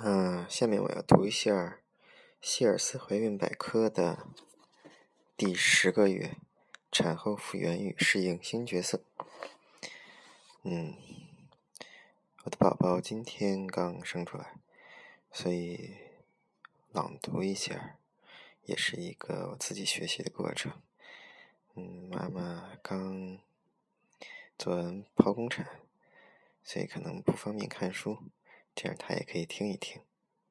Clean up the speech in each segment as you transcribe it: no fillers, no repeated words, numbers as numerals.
下面我要读一下希尔斯怀孕百科的第10个月产后复原与适应新角色。我的宝宝今天刚生出来，所以朗读一下也是一个我自己学习的过程。妈妈刚做完剖宫产，所以可能不方便看书，这样她也可以听一听。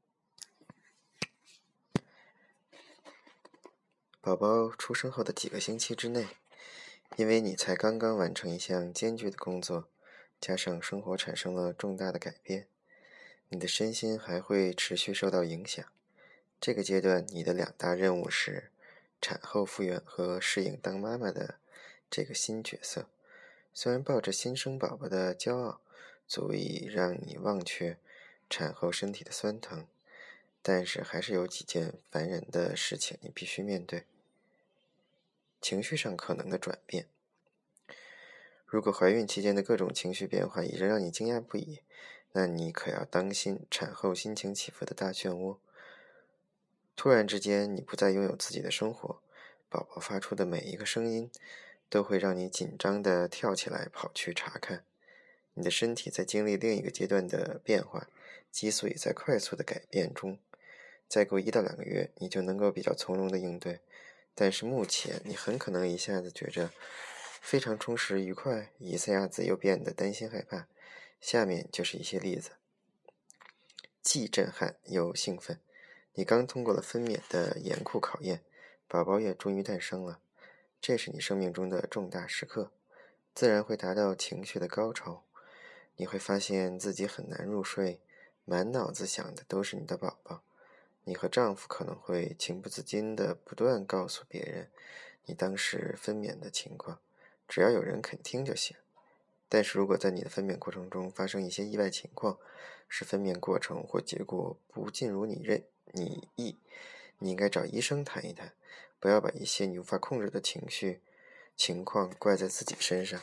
宝宝出生后的几个星期之内，因为你才刚刚完成一项艰巨的工作，加上生活产生了重大的改变，你的身心还会持续受到影响。这个阶段，你的2大任务是产后复原和适应当妈妈的这个新角色。虽然抱着新生宝宝的骄傲足以让你忘却产后身体的酸疼，但是还是有几件烦人的事情你必须面对。情绪上可能的转变，如果怀孕期间的各种情绪变化已经让你惊讶不已，那你可要当心产后心情起伏的大漩涡。突然之间，你不再拥有自己的生活，宝宝发出的每一个声音都会让你紧张地跳起来跑去查看。你的身体在经历另一个阶段的变化，激素也在快速的改变中。再过1到2个月，你就能够比较从容地应对。但是目前你很可能一下子觉着非常充实愉快，一下子又变得担心害怕。下面就是一些例子。既震撼又兴奋，你刚通过了分娩的严酷考验，宝宝也终于诞生了，这是你生命中的重大时刻，自然会达到情绪的高潮。你会发现自己很难入睡，满脑子想的都是你的宝宝。你和丈夫可能会情不自禁地不断告诉别人你当时分娩的情况，只要有人肯听就行。但是如果在你的分娩过程中发生一些意外情况，使分娩过程或结果不尽如你意，你应该找医生谈一谈，不要把一些你无法控制的情况怪在自己身上。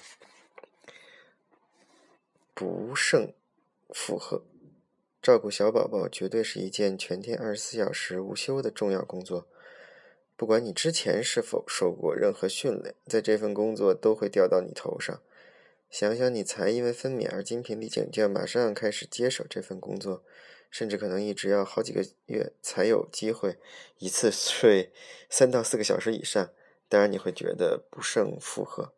不胜负荷，照顾小宝宝绝对是一件全天24小时无休的重要工作。不管你之前是否受过任何训练，在这份工作都会掉到你头上。想想你才因为分娩而精疲力尽，就要马上开始接手这份工作，甚至可能一直要好几个月才有机会一次睡3到4个小时以上，当然你会觉得不胜负荷。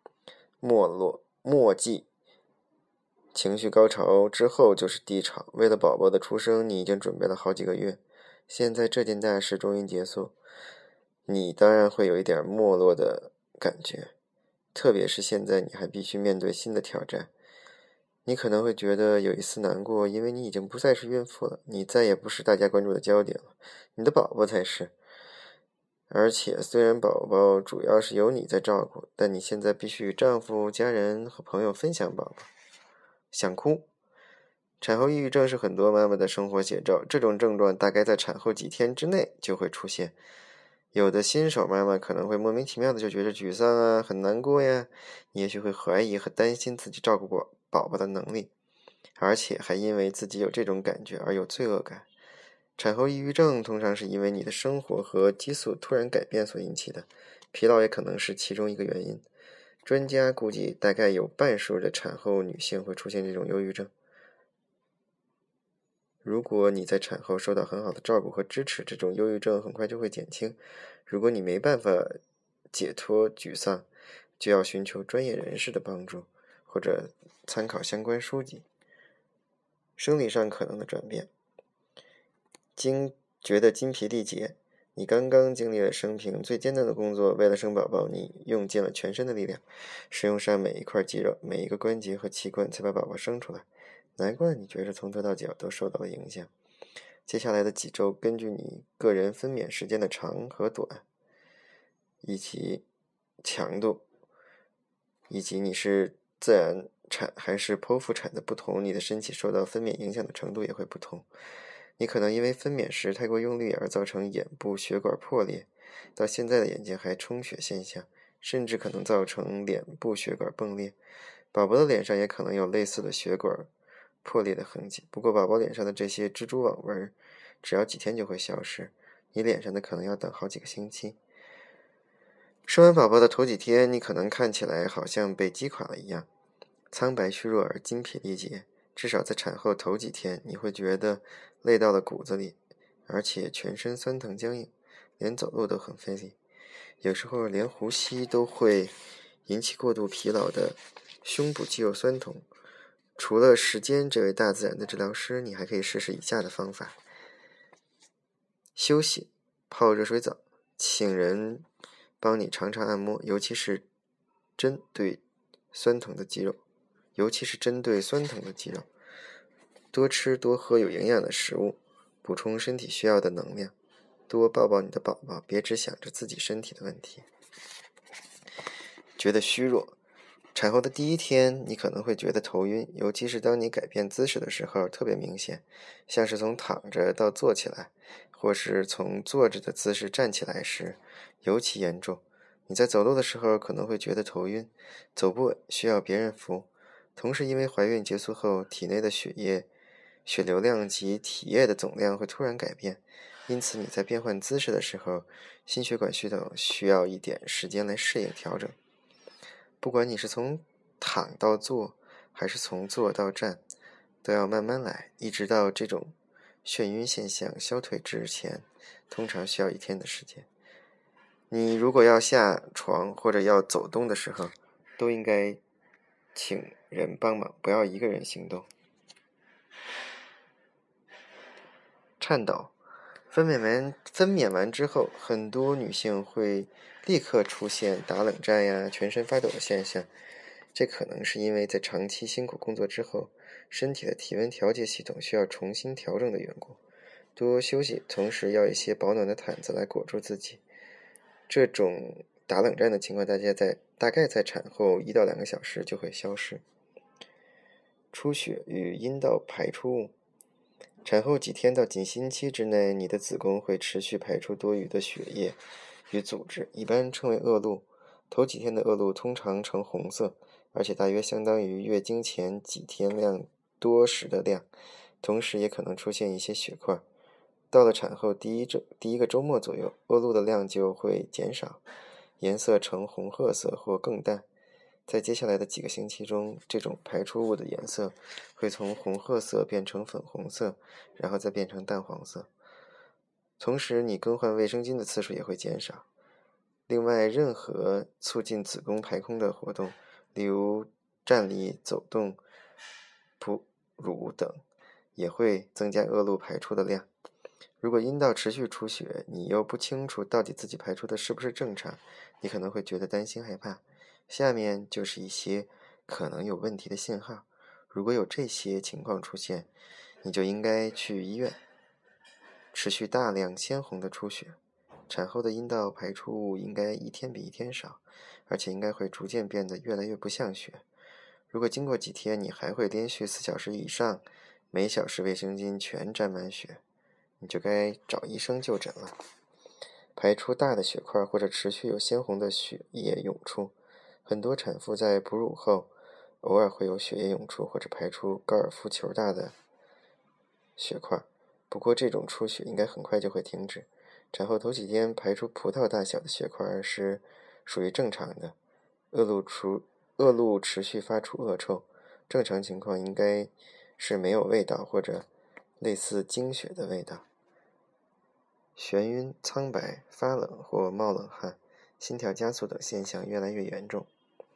末季情绪高潮之后就是低潮，为了宝宝的出生，你已经准备了好几个月，现在这件大事终于结束，你当然会有一点没落的感觉，特别是现在你还必须面对新的挑战。你可能会觉得有一丝难过，因为你已经不再是孕妇了，你再也不是大家关注的焦点了，你的宝宝才是。而且虽然宝宝主要是由你在照顾，但你现在必须与丈夫、家人和朋友分享宝宝。想哭，产后抑郁症是很多妈妈的生活写照，这种症状大概在产后几天之内就会出现。有的新手妈妈可能会莫名其妙的就觉得沮丧啊，很难过呀，也许会怀疑和担心自己照顾过宝宝的能力，而且还因为自己有这种感觉而有罪恶感。产后抑郁症通常是因为你的生活和激素突然改变所引起的，疲劳也可能是其中一个原因。专家估计大概有半数的产后女性会出现这种忧郁症。如果你在产后受到很好的照顾和支持，这种忧郁症很快就会减轻。如果你没办法解脱沮丧，就要寻求专业人士的帮助，或者参考相关书籍。生理上可能的转变，觉得筋疲力竭，你刚刚经历了生平最艰难的工作，为了生宝宝，你用尽了全身的力量，使用上每一块肌肉、每一个关节和器官，才把宝宝生出来。难怪你觉得从头到脚都受到了影响。接下来的几周，根据你个人分娩时间的长和短，以及强度，以及你是自然产还是剖腹产的不同，你的身体受到分娩影响的程度也会不同。你可能因为分娩时太过用力而造成眼部血管破裂，到现在的眼睛还充血现象，甚至可能造成脸部血管迸裂。宝宝的脸上也可能有类似的血管破裂的痕迹。不过宝宝脸上的这些蜘蛛网纹只要几天就会消失，你脸上的可能要等好几个星期。生完宝宝的头几天，你可能看起来好像被击垮了一样，苍白虚弱而精疲力竭。至少在产后头几天，你会觉得累到了骨子里，而且全身酸疼僵硬，连走路都很费力，有时候连呼吸都会引起过度疲劳的胸部肌肉酸痛。除了时间这位大自然的治疗师，你还可以试试以下的方法：休息，泡热水澡，请人帮你常常按摩，尤其是针对酸疼的肌肉。多吃多喝有营养的食物，补充身体需要的能量。多抱抱你的宝宝，别只想着自己身体的问题。觉得虚弱，产后的第一天，你可能会觉得头晕，尤其是当你改变姿势的时候，特别明显，像是从躺着到坐起来，或是从坐着的姿势站起来时，尤其严重。你在走路的时候可能会觉得头晕，走不稳，需要别人扶。同时，因为怀孕结束后，体内的血流量及体液的总量会突然改变，因此你在变换姿势的时候，心血管系统需要一点时间来适应调整。不管你是从躺到坐，还是从坐到站，都要慢慢来，一直到这种眩晕现象消退之前，通常需要1天的时间。你如果要下床或者要走动的时候，都应该请人帮忙，不要一个人行动。颤抖，分娩完之后，很多女性会立刻出现打冷战呀、全身发抖的现象。这可能是因为在长期辛苦工作之后，身体的体温调节系统需要重新调整的缘故。多休息，同时要一些保暖的毯子来裹住自己。这种打冷战的情况，大概在产后1到2个小时就会消失。出血与阴道排出物，产后几天到几星期之内，你的子宫会持续排出多余的血液与组织，一般称为恶露。头几天的恶露通常呈红色，而且大约相当于月经前几天量多时的量，同时也可能出现一些血块。到了产后第一个周末左右，恶露的量就会减少，颜色呈红褐色或更淡。在接下来的几个星期中，这种排出物的颜色会从红褐色变成粉红色，然后再变成淡黄色。同时，你更换卫生巾的次数也会减少。另外，任何促进子宫排空的活动，例如站立、走动、哺乳等，也会增加恶露排出的量。如果阴道持续出血，你又不清楚到底自己排出的是不是正常，你可能会觉得担心害怕。下面就是一些可能有问题的信号，如果有这些情况出现，你就应该去医院。持续大量鲜红的出血，产后的阴道排出物应该一天比一天少，而且应该会逐渐变得越来越不像血。如果经过几天你还会连续4小时以上，每小时卫生巾全沾满血，你就该找医生就诊了。排出大的血块或者持续有鲜红的血液涌出，很多产妇在哺乳后偶尔会有血液涌出或者排出高尔夫球大的血块，不过这种出血应该很快就会停止。产后头几天排出葡萄大小的血块是属于正常的。恶露持续发出恶臭，正常情况应该是没有味道或者类似经血的味道。眩晕、苍白、发冷或冒冷汗、心跳加速等现象越来越严重。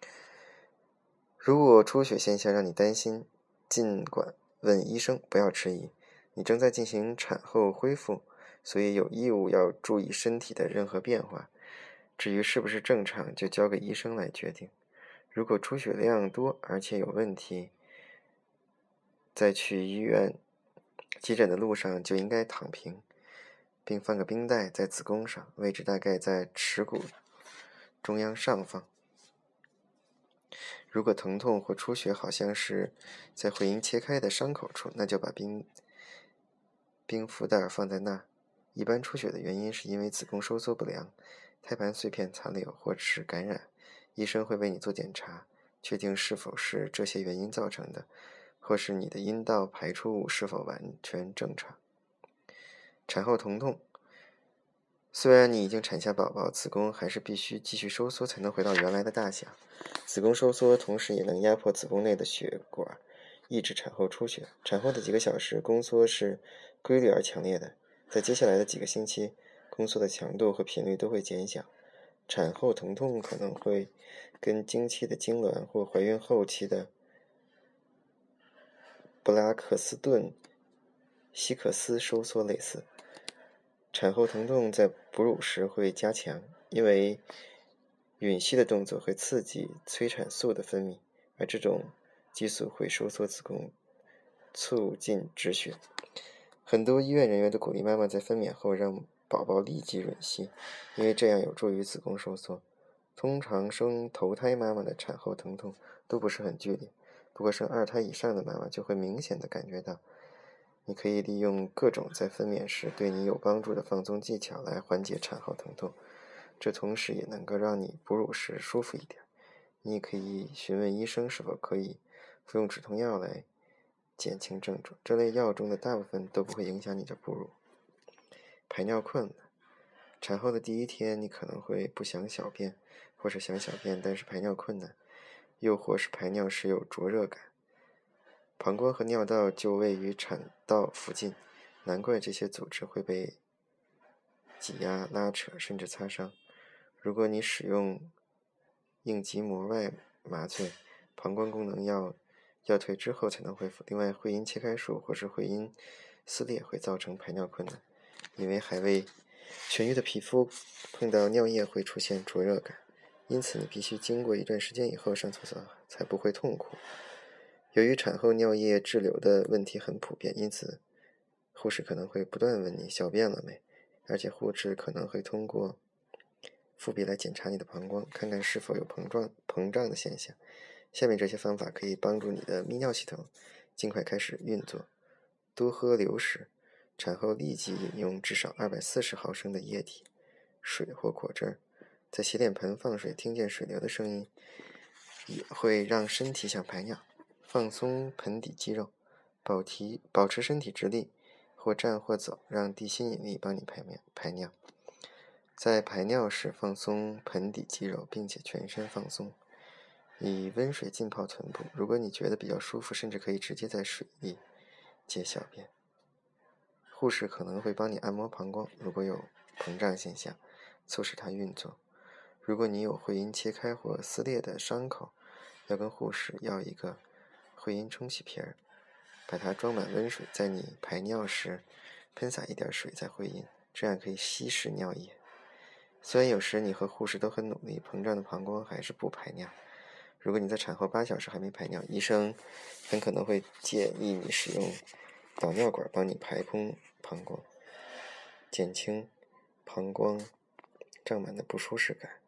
如果出血现象让你担心，尽管问医生，不要迟疑。你正在进行产后恢复，所以有义务要注意身体的任何变化。至于是不是正常，就交给医生来决定。如果出血量多而且有问题，在去医院急诊的路上就应该躺平，并放个冰袋在子宫上，位置大概在耻骨中央上方。如果疼痛或出血好像是在会阴切开的伤口处，那就把冰敷袋放在那。一般出血的原因是因为子宫收缩不良、胎盘碎片残留或者是感染。医生会为你做检查，确定是否是这些原因造成的。 或是你的阴道排出物是否完全正常。产后疼痛，虽然你已经产下宝宝，子宫还是必须继续收缩才能回到原来的大小。子宫收缩同时也能压迫子宫内的血管，抑制产后出血。产后的几个小时，宫缩是规律而强烈的，在接下来的几个星期，宫缩的强度和频率都会减小。产后疼痛可能会跟经期的痉挛或怀孕后期的布拉克斯顿希克斯收缩类似。产后疼痛在哺乳时会加强，因为吮吸的动作会刺激催产素的分泌，而这种激素会收缩子宫，促进止血。很多医院人员都鼓励妈妈在分娩后让宝宝立即吮吸，因为这样有助于子宫收缩。通常生头胎妈妈的产后疼痛都不是很剧烈，不过生2胎以上的妈妈就会明显的感觉到。你可以利用各种在分娩时对你有帮助的放松技巧来缓解产后疼痛，这同时也能够让你哺乳时舒服一点。你也可以询问医生是否可以服用止痛药来减轻症状，这类药中的大部分都不会影响你的哺乳。排尿困难，产后的第1天你可能会不想小便，或是想小便但是排尿困难，又或是排尿时有灼热感。膀胱和尿道就位于产道附近，难怪这些组织会被挤压、拉扯，甚至擦伤。如果你使用应急膜外麻醉，膀胱功能要退之后才能恢复。另外，会阴切开术或是会阴撕裂会造成排尿困难，因为还未痊愈的皮肤碰到尿液会出现灼热感，因此你必须经过一段时间以后上厕所才不会痛苦。由于产后尿液滞留的问题很普遍，因此护士可能会不断问你小便了没，而且护士可能会通过腹壁来检查你的膀胱，看看是否有膨胀的现象。下面这些方法可以帮助你的泌尿系统尽快开始运作。多喝流食，产后立即饮用至少240毫升的液体、水或果汁。在洗脸盆放水，听见水流的声音也会让身体想排尿。放松盆底肌肉，保持身体直立，或站或走，让地心引力帮你排尿。在排尿时放松盆底肌肉，并且全身放松。以温水浸泡臀部，如果你觉得比较舒服，甚至可以直接在水里解小便。护士可能会帮你按摩膀胱，如果有膨胀现象，促使它运作。如果你有会阴切开或撕裂的伤口，要跟护士要一个会阴冲洗瓶，把它装满温水，在你排尿时喷洒一点水在会阴，这样可以稀释尿液。虽然有时你和护士都很努力，膨胀的膀胱还是不排尿。如果你在产后8小时还没排尿，医生很可能会建议你使用导尿管帮你排空膀胱，减轻膀胱胀满的不舒适感。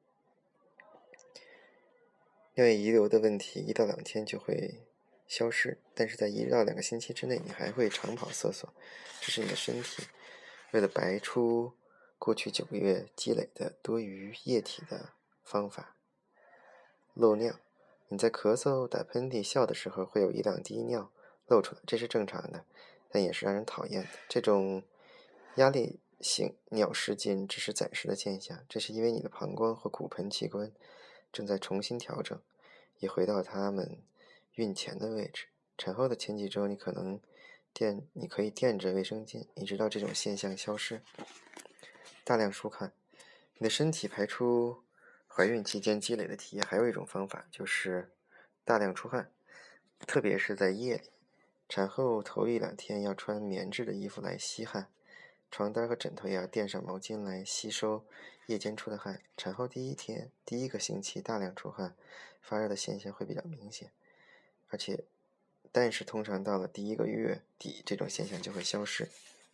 尿液遗留的问题1到2天就会消失，但是在1到2个星期之内，你还会长跑厕所，这是你的身体为了排出过去9个月积累的多余液体的方法。漏尿，你在咳嗽、打喷嚏、笑的时候会有1、2滴尿漏出来，这是正常的，但也是让人讨厌的。这种压力性尿失禁只是暂时的现象，这是因为你的膀胱和骨盆器官正在重新调整，也回到它们孕前的位置。产后的前几周，你可以垫着卫生巾，一直到这种现象消失。大量疏汗，你的身体排出怀孕期间积累的体液，还有一种方法就是大量出汗，特别是在夜里。产后头1、2天要穿棉质的衣服来吸汗，床单和枕头也要垫上毛巾来吸收夜间出的汗。产后第1天、第1个星期大量出汗，发热的现象会比较明显，但是通常到了第1个月底，这种现象就会消失。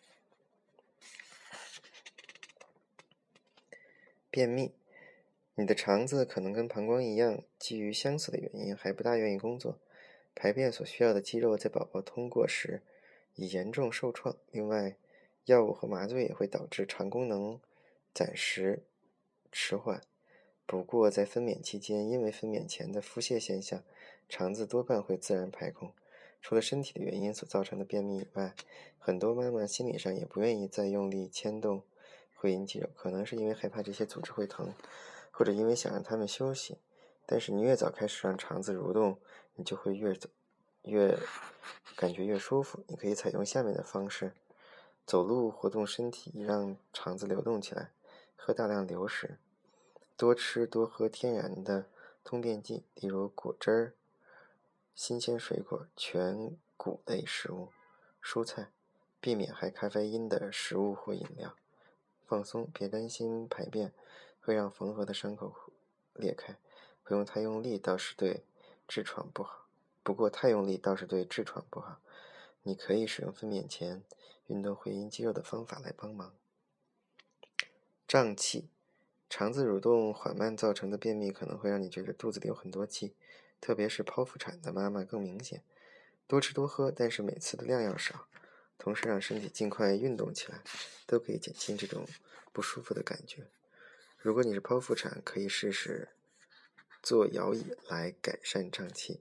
便秘，你的肠子可能跟膀胱一样，基于相似的原因还不大愿意工作，排便所需要的肌肉在宝宝通过时已严重受创。另外，药物和麻醉也会导致肠功能暂时迟缓。不过在分娩期间，因为分娩前的腹泻现象，肠子多半会自然排空， 除了身体的原因所造成的便秘以外，很多妈妈心理上也不愿意再用力牵动会阴肌肉，可能是因为害怕这些组织会疼，或者因为想让它们休息。但是你越早开始让肠子蠕动，你就会越感觉越舒服。你可以采用下面的方式：走路活动身体，让肠子流动起来；喝大量流食；多吃多喝天然的通便剂，例如果汁儿、新鲜水果、全谷类食物、蔬菜；避免含咖啡因的食物或饮料。放松，别担心排便会让缝合的伤口裂开，不用太用力，倒是对痔疮不好。不过太用力倒是对痔疮不好。你可以使用分娩前运动会阴肌肉的方法来帮忙。胀气，肠子蠕动缓慢造成的便秘可能会让你觉得肚子里有很多气，特别是剖腹产的妈妈更明显。多吃多喝，但是每次的量要少，同时让身体尽快运动起来，都可以减轻这种不舒服的感觉。如果你是剖腹产，可以试试做摇椅来改善胀气。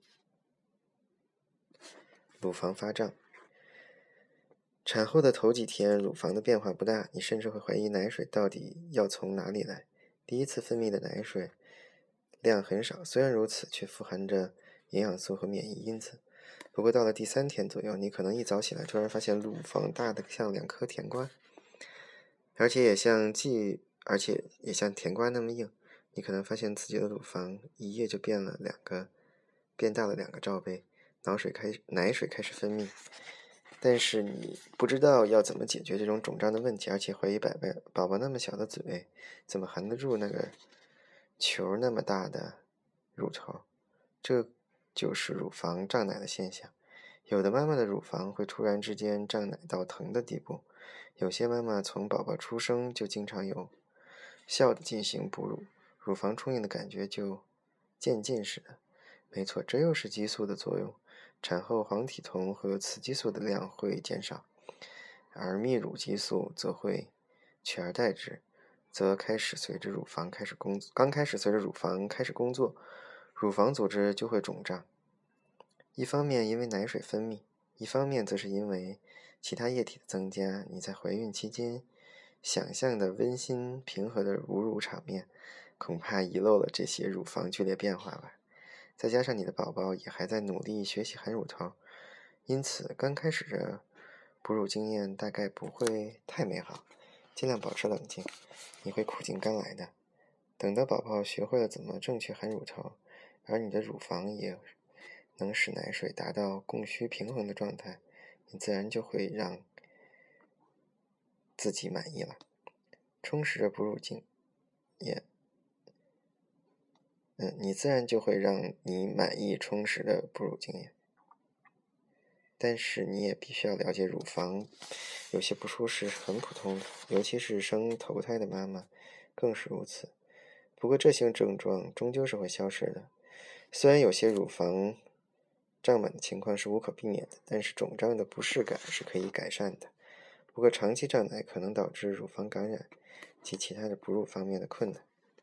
乳房发胀，产后的头几天乳房的变化不大，你甚至会怀疑奶水到底要从哪里来。第一次分泌的奶水量很少，虽然如此，却富含着营养素和免疫因子。不过到了第3天左右，你可能一早起来突然发现乳房大得像2颗甜瓜，而且也像甜瓜那么硬。你可能发现自己的乳房一夜就变大了2个罩杯，奶水开始分泌。但是你不知道要怎么解决这种肿胀的问题，而且怀疑宝宝那么小的嘴怎么含得住那个球那么大的乳头。这就是乳房胀奶的现象。有的妈妈的乳房会突然之间胀奶到疼的地步，有些妈妈从宝宝出生就经常有效地进行哺乳，乳房充盈的感觉就渐进式的。没错，这又是激素的作用。产后黄体酮和雌激素的量会减少，而泌乳激素则会取而代之，刚开始随着乳房开始工作，乳房组织就会肿胀。一方面因为奶水分泌，一方面则是因为其他液体的增加。你在怀孕期间想象的温馨平和的哺乳场面，恐怕遗漏了这些乳房剧烈变化吧。再加上你的宝宝也还在努力学习含乳头，因此刚开始的哺乳经验大概不会太美好。尽量保持冷静，你会苦尽甘来的。等到宝宝学会了怎么正确含乳头，而你的乳房也能使奶水达到供需平衡的状态，你自然就会让自己满意了。充实的哺乳经验，你自然就会让你满意充实的哺乳经验。但是你也必须要了解，乳房有些不舒适是很普通的，尤其是生头胎的妈妈更是如此。不过这些症状终究是会消失的。虽然有些乳房胀满的情况是无可避免的，但是肿胀的不适感是可以改善的。不过长期胀奶可能导致乳房感染及其他的哺乳方面的困难。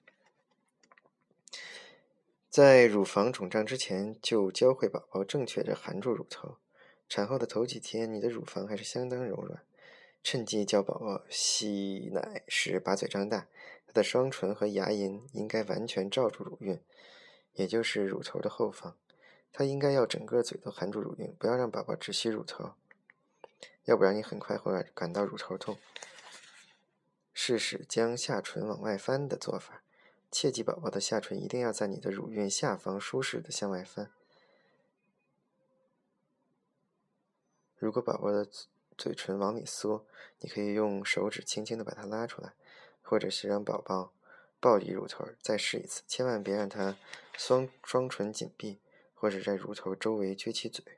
在乳房肿胀之前，就教会宝宝正确地含住乳头。产后的头几天，你的乳房还是相当柔软，趁机教宝宝吸奶时把嘴张大，他的双唇和牙龈应该完全罩住乳晕，也就是乳头的后方。他应该要整个嘴都含住乳晕，不要让宝宝只吸乳头，要不然你很快会感到乳头痛。试试将下唇往外翻的做法，切记宝宝的下唇一定要在你的乳晕下方舒适的向外翻。如果宝宝的嘴唇往里缩，你可以用手指轻轻地把它拉出来，或者是让宝宝抱离乳头，再试一次。千万别让他双唇紧闭，或者在乳头周围撅起嘴，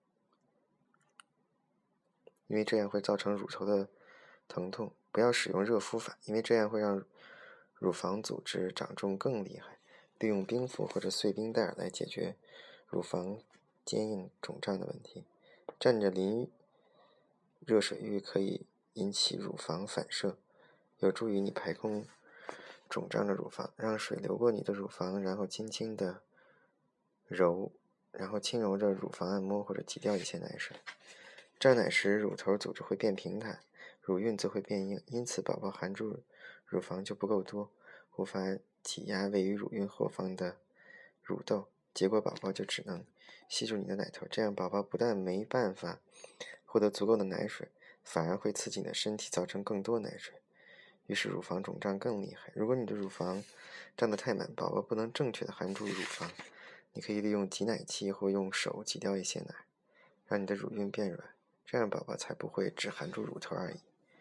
因为这样会造成乳头的疼痛。不要使用热敷法，因为这样会让乳房组织长重更厉害。利用冰敷或者碎冰袋来解决乳房坚硬肿胀的问题。站着淋热水浴可以引起乳房反射，有助于你排空肿胀的乳房。让水流过你的乳房，然后轻轻地揉然后轻揉着乳房按摩或者挤掉一些奶水。胀奶时，乳头组织会变平坦，乳晕则会变硬，因此宝宝含住乳房就不够多，无法挤压位于乳晕后方的乳窦，结果宝宝就只能吸住你的奶头，这样宝宝不但没办法获得足够的奶水，反而会刺激你的身体造成更多奶水，于是乳房肿胀更厉害。如果你的乳房胀得太满，宝宝不能正确的含住乳房，你可以利用挤奶器或用手挤掉一些奶，让你的乳晕变软，这样宝宝才不会只含住乳头而已。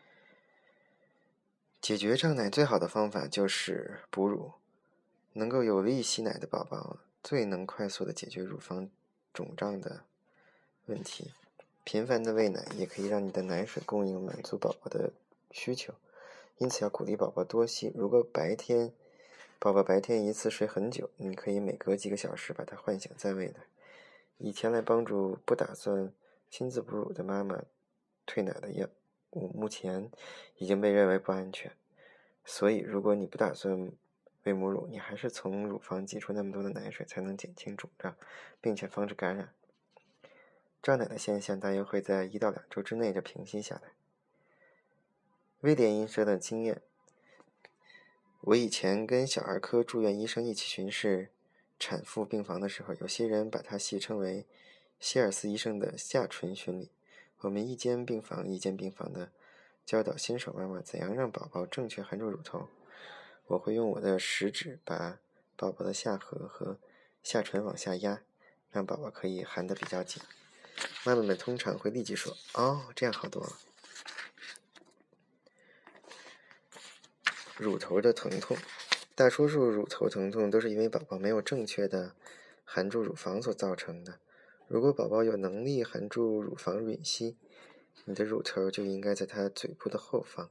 解决胀奶最好的方法就是哺乳，能够有力吸奶的宝宝最能快速的解决乳房肿胀的问题。频繁的喂奶也可以让你的奶水供应满足宝宝的需求，因此要鼓励宝宝多吸。如果宝宝白天一次睡很久，你可以每隔几个小时把它唤醒再喂奶，以前来帮助不打算亲自哺乳的妈妈退奶的药物目前已经被认为不安全，所以如果你不打算喂母乳，你还是从乳房挤出那么多的奶水，才能减轻肿胀，并且防止感染。胀奶的现象大约会在1到2周之内就平息下来。威廉医生的经验，我以前跟小儿科住院医生一起巡视产妇病房的时候，有些人把它戏称为希尔斯医生的下唇巡礼。我们一间病房一间病房的教导新手妈妈怎样让宝宝正确含住乳头。我会用我的食指把宝宝的下颌和下唇往下压，让宝宝可以含得比较紧。妈妈们通常会立即说：“哦，这样好多了。”乳头的疼痛，大多数乳头疼痛都是因为宝宝没有正确的含住乳房所造成的。如果宝宝有能力含住乳房吮吸，你的乳头就应该在他嘴部的后方，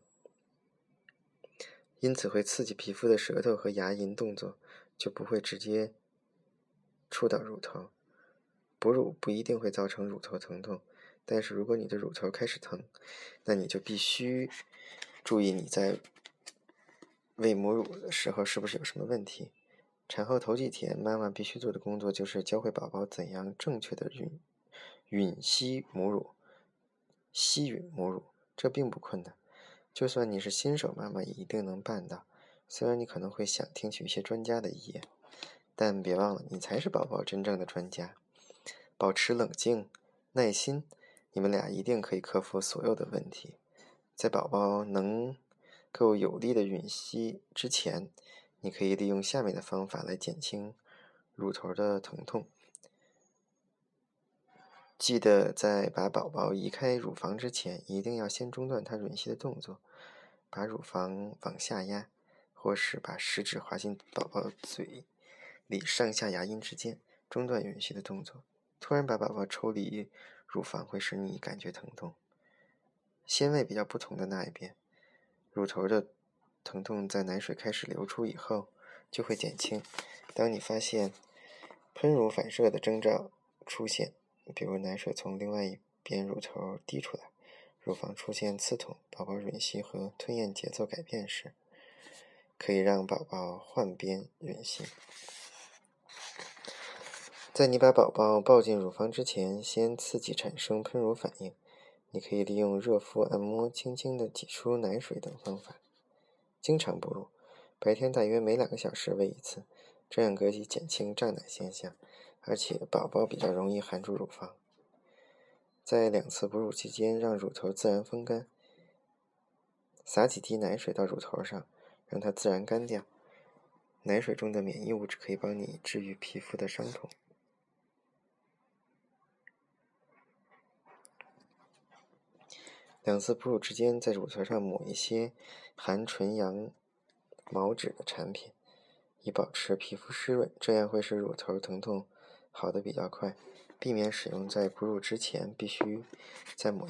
因此会刺激皮肤的舌头和牙龈动作，就不会直接触到乳头。哺乳不一定会造成乳头疼痛，但是如果你的乳头开始疼，那你就必须注意你在喂母乳的时候是不是有什么问题。产后头几天，妈妈必须做的工作就是教会宝宝怎样正确的吮吸母乳，吸吮母乳，这并不困难，就算你是新手妈妈也一定能办到。虽然你可能会想听取一些专家的意见，但别忘了，你才是宝宝真正的专家。保持冷静、耐心，你们俩一定可以克服所有的问题。在宝宝能够有力的吮吸之前，你可以利用下面的方法来减轻乳头的疼痛。记得在把宝宝移开乳房之前，一定要先中断他吮吸的动作，把乳房往下压，或是把食指滑进宝宝嘴里上下牙龈之间，中断吮吸的动作。突然把宝宝抽离乳房会使你感觉疼痛。先喂比较不同的那一边，乳头的疼痛在奶水开始流出以后就会减轻。当你发现喷乳反射的征兆出现，比如奶水从另外一边乳头滴出来，乳房出现刺痛，宝宝吮吸和吞咽节奏改变时，可以让宝宝换边吮吸。在你把宝宝抱进乳房之前，先刺激产生喷乳反应。你可以利用热敷、按摩、轻轻地挤出奶水等方法。经常哺乳，白天大约每2个小时喂一次，这样可以减轻胀奶现象，而且宝宝比较容易含住乳房。在2次哺乳期间，让乳头自然风干，撒几滴奶水到乳头上，让它自然干掉。奶水中的免疫物质可以帮你治愈皮肤的伤痛。2次哺乳之间，在乳头上抹一些含纯羊毛脂的产品，以保持皮肤湿润，这样会使乳头疼痛好得比较快。避免使用在哺乳之前必须抹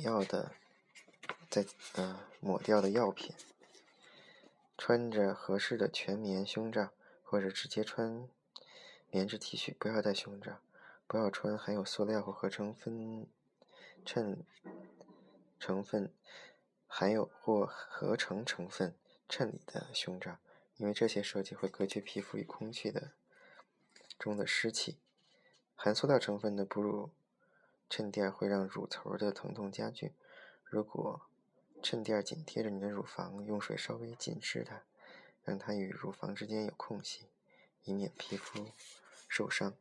掉的药品。穿着合适的全棉胸罩，或者直接穿棉质 T 恤，不要戴胸罩。不要穿含有塑料或合成成分衬里的胸罩，因为这些设计会隔绝皮肤与空气中的湿气。 含塑料成分的哺乳衬垫会让乳头的疼痛加剧。如果衬垫紧贴着你的乳房，用水稍微浸湿它，让它与乳房之间有空隙，以免皮肤受伤。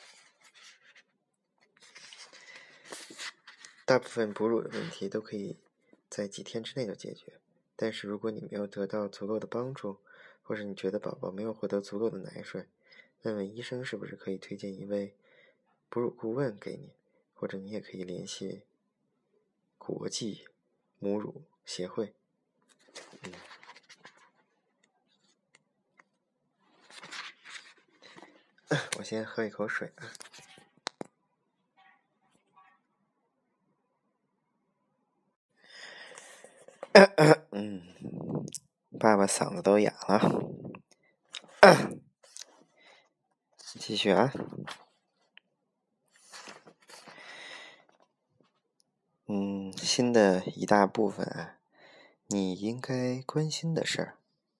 大部分哺乳的问题都可以在几天之内就解决，但是如果你没有得到足够的帮助，或是你觉得宝宝没有获得足够的奶水，问问医生是不是可以推荐一位哺乳顾问给你，或者你也可以联系国际母乳协会。我先喝一口水啊。爸爸嗓子都哑了。继续啊。新的一大部分啊，你应该关心的事儿。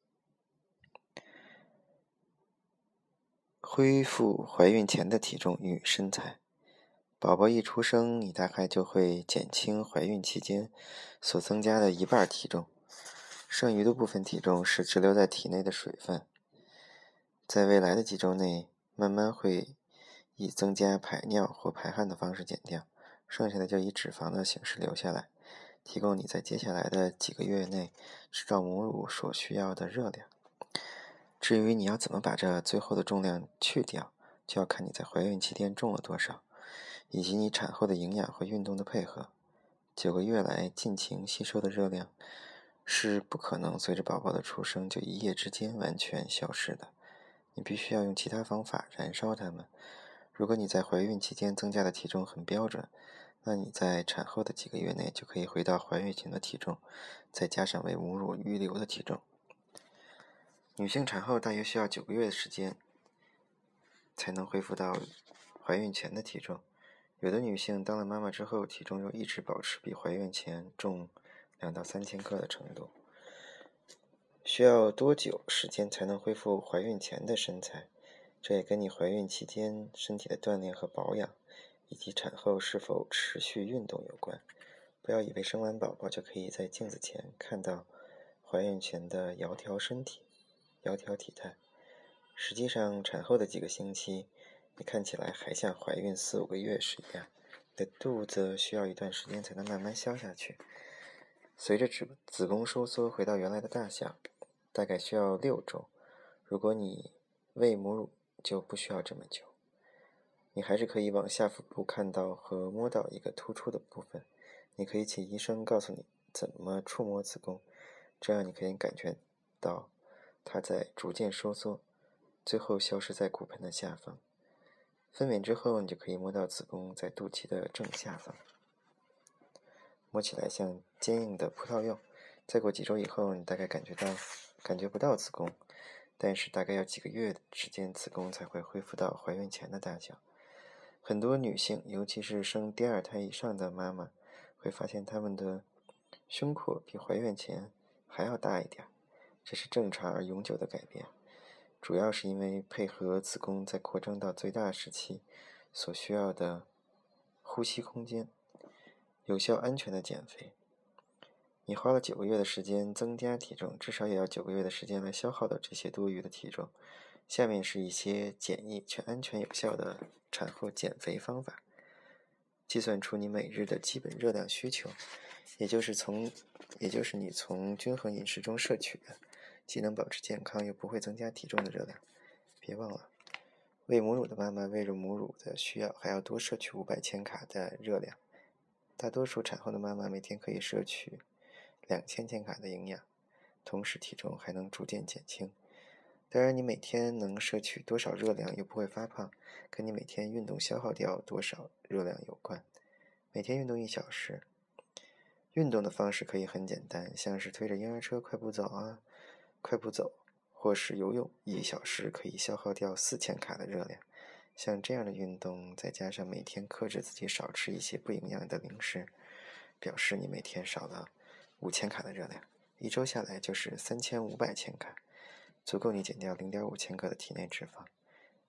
恢复怀孕前的体重与身材。宝宝一出生，你大概就会减轻怀孕期间所增加的一半体重，剩余的部分体重是滞留在体内的水分，在未来的几周内慢慢会以增加排尿或排汗的方式减掉，剩下的就以脂肪的形式留下来，提供你在接下来的几个月内吃到母乳所需要的热量。至于你要怎么把这最后的重量去掉，就要看你在怀孕期间重了多少，以及你产后的营养和运动的配合。9个月来尽情吸收的热量是不可能随着宝宝的出生就一夜之间完全消失的，你必须要用其他方法燃烧它们。如果你在怀孕期间增加的体重很标准，那你在产后的几个月内就可以回到怀孕前的体重，再加上为母乳预留的体重。女性产后大约需要9个月的时间才能恢复到怀孕前的体重，有的女性当了妈妈之后，体重又一直保持比怀孕前重2到3千克的程度。需要多久时间才能恢复怀孕前的身材？这也跟你怀孕期间身体的锻炼和保养，以及产后是否持续运动有关。不要以为生完宝宝就可以在镜子前看到怀孕前的窈窕身体、窈窕体态。实际上，产后的几个星期，你看起来还像怀孕4、5个月时一样，你的肚子需要一段时间才能慢慢消下去。随着子宫收缩回到原来的大小，大概需要6周。如果你喂母乳，就不需要这么久。你还是可以往下腹部看到和摸到一个突出的部分，你可以请医生告诉你怎么触摸子宫，这样你可以感觉到它在逐渐收缩，最后消失在骨盆的下方。分娩之后，你就可以摸到子宫在肚脐的正下方，摸起来像坚硬的葡萄柚。再过几周以后，你大概感觉不到子宫，但是大概要几个月的时间，子宫才会恢复到怀孕前的大小。很多女性，尤其是生第2胎以上的妈妈，会发现她们的胸廓比怀孕前还要大一点，这是正常而永久的改变，主要是因为配合子宫在扩张到最大时期所需要的呼吸空间。有效安全的减肥，你花了9个月的时间增加体重，至少也要9个月的时间来消耗掉这些多余的体重。下面是一些简易却安全有效的产后减肥方法。计算出你每日的基本热量需求，也就是你从均衡饮食中摄取的，既能保持健康又不会增加体重的热量。别忘了，喂母乳的妈妈为了母乳的需要还要多摄取500千卡的热量。大多数产后的妈妈每天可以摄取2000千卡的营养，同时体重还能逐渐减轻。当然，你每天能摄取多少热量又不会发胖，跟你每天运动消耗掉多少热量有关。每天运动1小时，运动的方式可以很简单，像是推着婴儿车快步走，或是游泳1小时可以消耗掉4000卡的热量。像这样的运动，再加上每天克制自己少吃一些不营养的零食，表示你每天少了5000卡的热量，1周下来就是3500千卡，足够你减掉0.5千克的体内脂肪。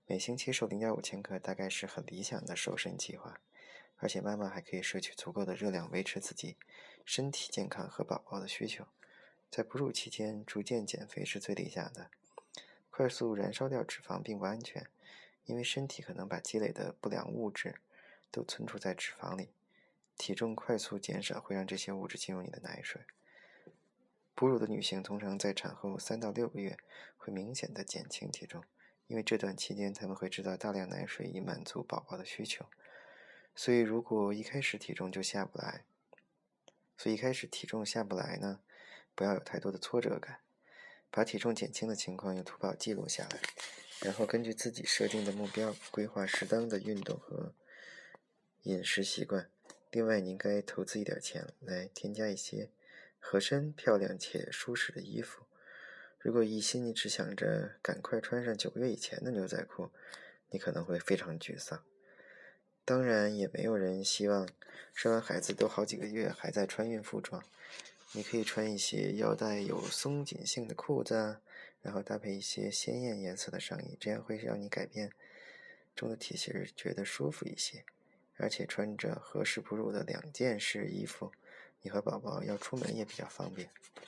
每星期瘦0.5千克大概是很理想的瘦身计划，而且妈妈还可以摄取足够的热量维持自己身体健康和宝宝的需求。在哺乳期间逐渐减肥是最理想的。快速燃烧掉脂肪并不安全，因为身体可能把积累的不良物质都存储在脂肪里，体重快速减少会让这些物质进入你的奶水。哺乳的女性通常在产后3到6个月会明显的减轻体重，因为这段期间她们会制造大量奶水以满足宝宝的需求。所以如果一开始体重下不来呢，不要有太多的挫折感，把体重减轻的情况用图表记录下来，然后根据自己设定的目标规划适当的运动和饮食习惯。另外，你应该投资一点钱来添加一些合身、漂亮且舒适的衣服。如果一心你只想着赶快穿上9个月以前的牛仔裤，你可能会非常沮丧。当然，也没有人希望生完孩子都好几个月还在穿孕妇装。你可以穿一些腰带有松紧性的裤子然后搭配一些鲜艳颜色的上衣，这样会让你改变中的体型觉得舒服一些。而且穿着合适哺乳的2件式衣服，你和宝宝要出门也比较方便。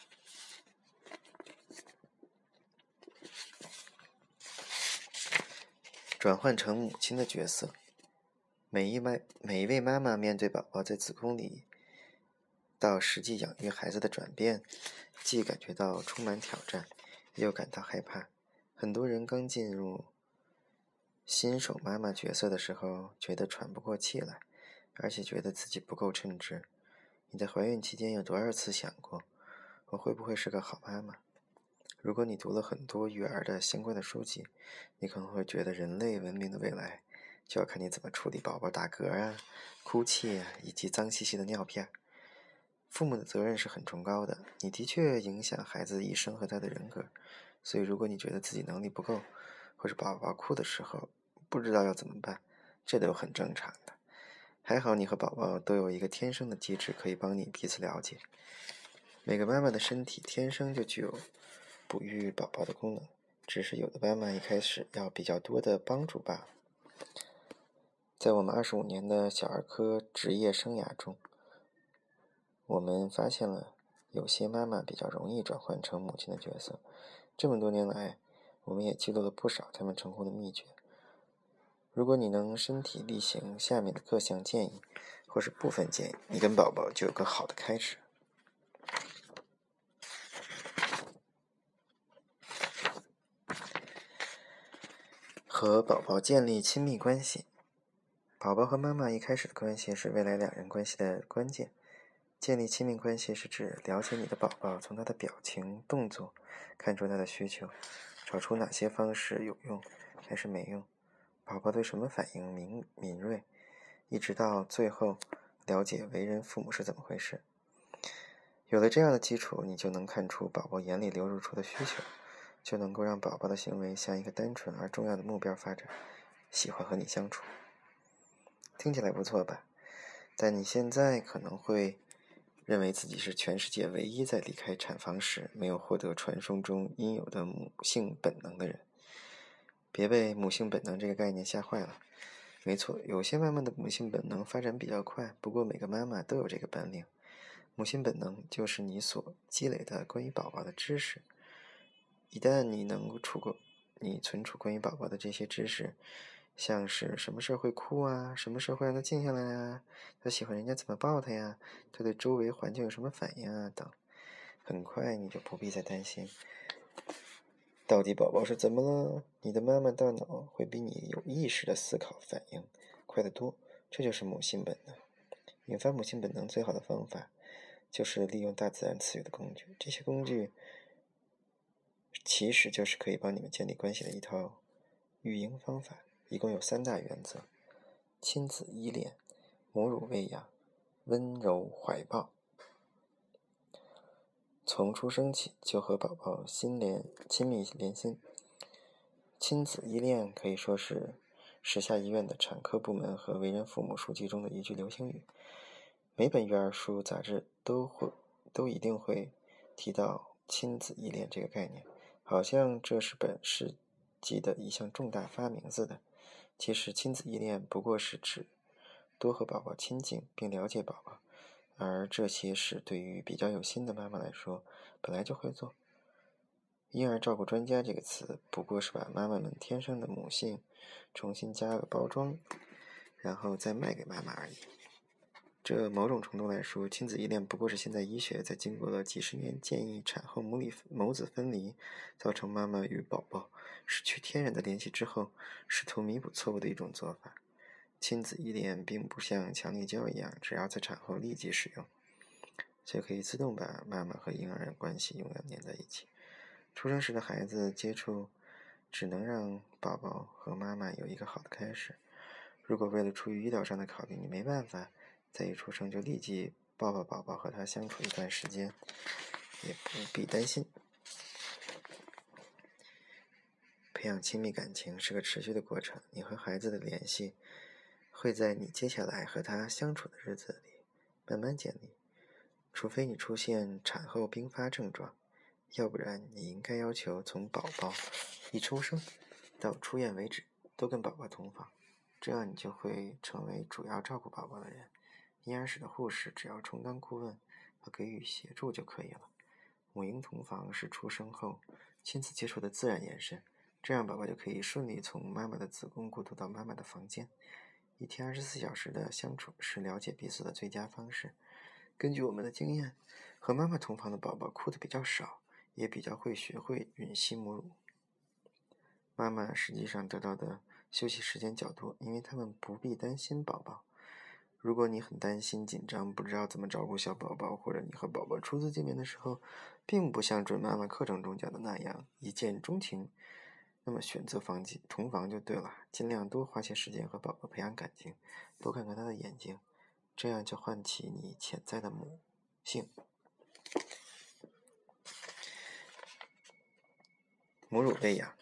转换成母亲的角色。每一位妈妈面对宝宝在子宫里到实际养育孩子的转变，既感觉到充满挑战，又感到害怕。很多人刚进入新手妈妈角色的时候，觉得喘不过气来，而且觉得自己不够称职。你在怀孕期间有多少次想过，我会不会是个好妈妈？如果你读了很多育儿的相关的书籍，你可能会觉得人类文明的未来就要看你怎么处理宝宝打嗝哭泣以及脏兮兮的尿片。父母的责任是很崇高的，你的确影响孩子一生和他的人格，所以如果你觉得自己能力不够，或者宝宝哭的时候不知道要怎么办，这都很正常的。还好你和宝宝都有一个天生的机制可以帮你彼此了解。每个妈妈的身体天生就具有哺育宝宝的功能，只是有的妈妈一开始要比较多的帮助罢了。在我们25年的小儿科职业生涯中，我们发现了有些妈妈比较容易转换成母亲的角色。这么多年来，我们也记录了不少她们成功的秘诀。如果你能身体力行下面的各项建议，或是部分建议，你跟宝宝就有个好的开始。和宝宝建立亲密关系。宝宝和妈妈一开始的关系是未来2人关系的关键。建立亲密关系是指了解你的宝宝，从他的表情、动作看出他的需求，找出哪些方式有用还是没用，宝宝对什么反应敏锐，一直到最后了解为人父母是怎么回事。有了这样的基础，你就能看出宝宝眼里流露出的需求，就能够让宝宝的行为向一个单纯而重要的目标发展，喜欢和你相处。听起来不错吧？但你现在可能会认为自己是全世界唯一在离开产房时没有获得传说中应有的母性本能的人。别被母性本能这个概念吓坏了。没错，有些妈妈的母性本能发展比较快，不过每个妈妈都有这个本领。母性本能就是你所积累的关于宝宝的知识。一旦你能存储关于宝宝的这些知识，像是什么时候会哭什么时候会让他静下来他喜欢人家怎么抱他呀，他对周围环境有什么反应等，很快你就不必再担心到底宝宝是怎么了。你的妈妈大脑会比你有意识的思考反应快得多，这就是母性本能。引发母性本能最好的方法就是利用大自然赐予的工具，这些工具其实就是可以帮你们建立关系的一套育婴方法，一共有3大原则：亲子依恋、母乳喂养、温柔怀抱。从出生起就和宝宝亲密连心。亲子依恋可以说是时下医院的产科部门和为人父母书籍中的一句流行语。每本育儿书杂志都一定会提到亲子依恋这个概念，好像这是本世纪的一项重大发明似的。其实亲子依恋不过是指多和宝宝亲近并了解宝宝，而这些事对于比较有心的妈妈来说本来就会做。婴儿照顾专家这个词不过是把妈妈们天生的母性重新加了包装，然后再卖给妈妈而已。这某种程度来说，亲子依恋不过是现在医学在经过了几十年建议产后母子分离，造成妈妈与宝宝失去天然的联系之后，试图弥补错误的一种做法。亲子依恋并不像强力胶一样，只要在产后立即使用，就可以自动把妈妈和婴儿的关系永远连在一起。出生时的孩子接触只能让宝宝和妈妈有一个好的开始。如果为了出于医疗上的考虑，你没办法在一出生就立即抱抱宝宝和他相处一段时间，也不必担心。培养亲密感情是个持续的过程，你和孩子的联系会在你接下来和他相处的日子里慢慢建立，除非你出现产后并发症状，要不然你应该要求从宝宝一出生到出院为止都跟宝宝同房，这样你就会成为主要照顾宝宝的人。婴儿室的护士只要充当顾问和给予协助就可以了。母婴同房是出生后亲子接触的自然延伸，这样宝宝就可以顺利从妈妈的子宫过渡到妈妈的房间。一天24小时的相处是了解彼此的最佳方式。根据我们的经验，和妈妈同房的宝宝哭得比较少，也比较会学会吮吸母乳。妈妈实际上得到的休息时间较多，因为他们不必担心宝宝。如果你很担心紧张，不知道怎么照顾小宝宝，或者你和宝宝初次见面的时候并不像准妈妈课程中讲的那样一见钟情，那么选择同房就对了。尽量多花些时间和宝宝培养感情，多看看他的眼睛，这样就唤起你潜在的母性。母乳喂养，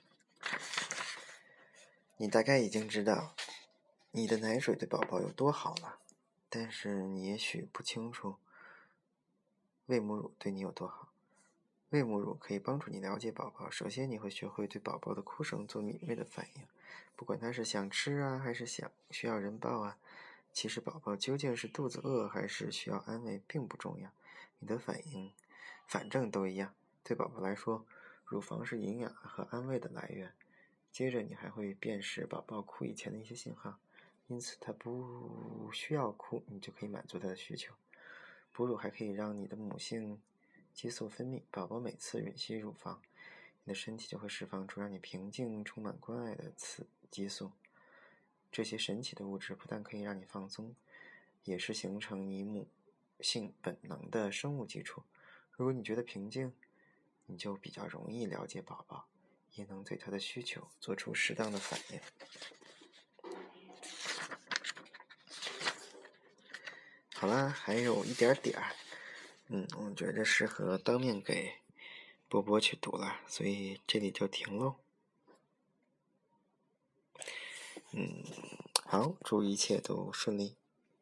你大概已经知道你的奶水对宝宝有多好了，但是你也许不清楚喂母乳对你有多好。喂母乳可以帮助你了解宝宝。首先，你会学会对宝宝的哭声做敏锐的反应，不管他是想吃啊，还是需要人抱啊。其实宝宝究竟是肚子饿还是需要安慰并不重要，你的反应反正都一样。对宝宝来说，乳房是营养和安慰的来源。接着你还会辨识宝宝哭以前的一些信号，因此他不需要哭，你就可以满足他的需求。哺乳还可以让你的母性激素分泌，宝宝每次吮吸乳房，你的身体就会释放出让你平静、充满关爱的激素。这些神奇的物质不但可以让你放松，也是形成你母性本能的生物基础。如果你觉得平静，你就比较容易了解宝宝，也能对他的需求做出适当的反应。好啦，还有一点点儿，我觉得适合当面给波波去读了，所以这里就停喽。好，祝一切都顺利。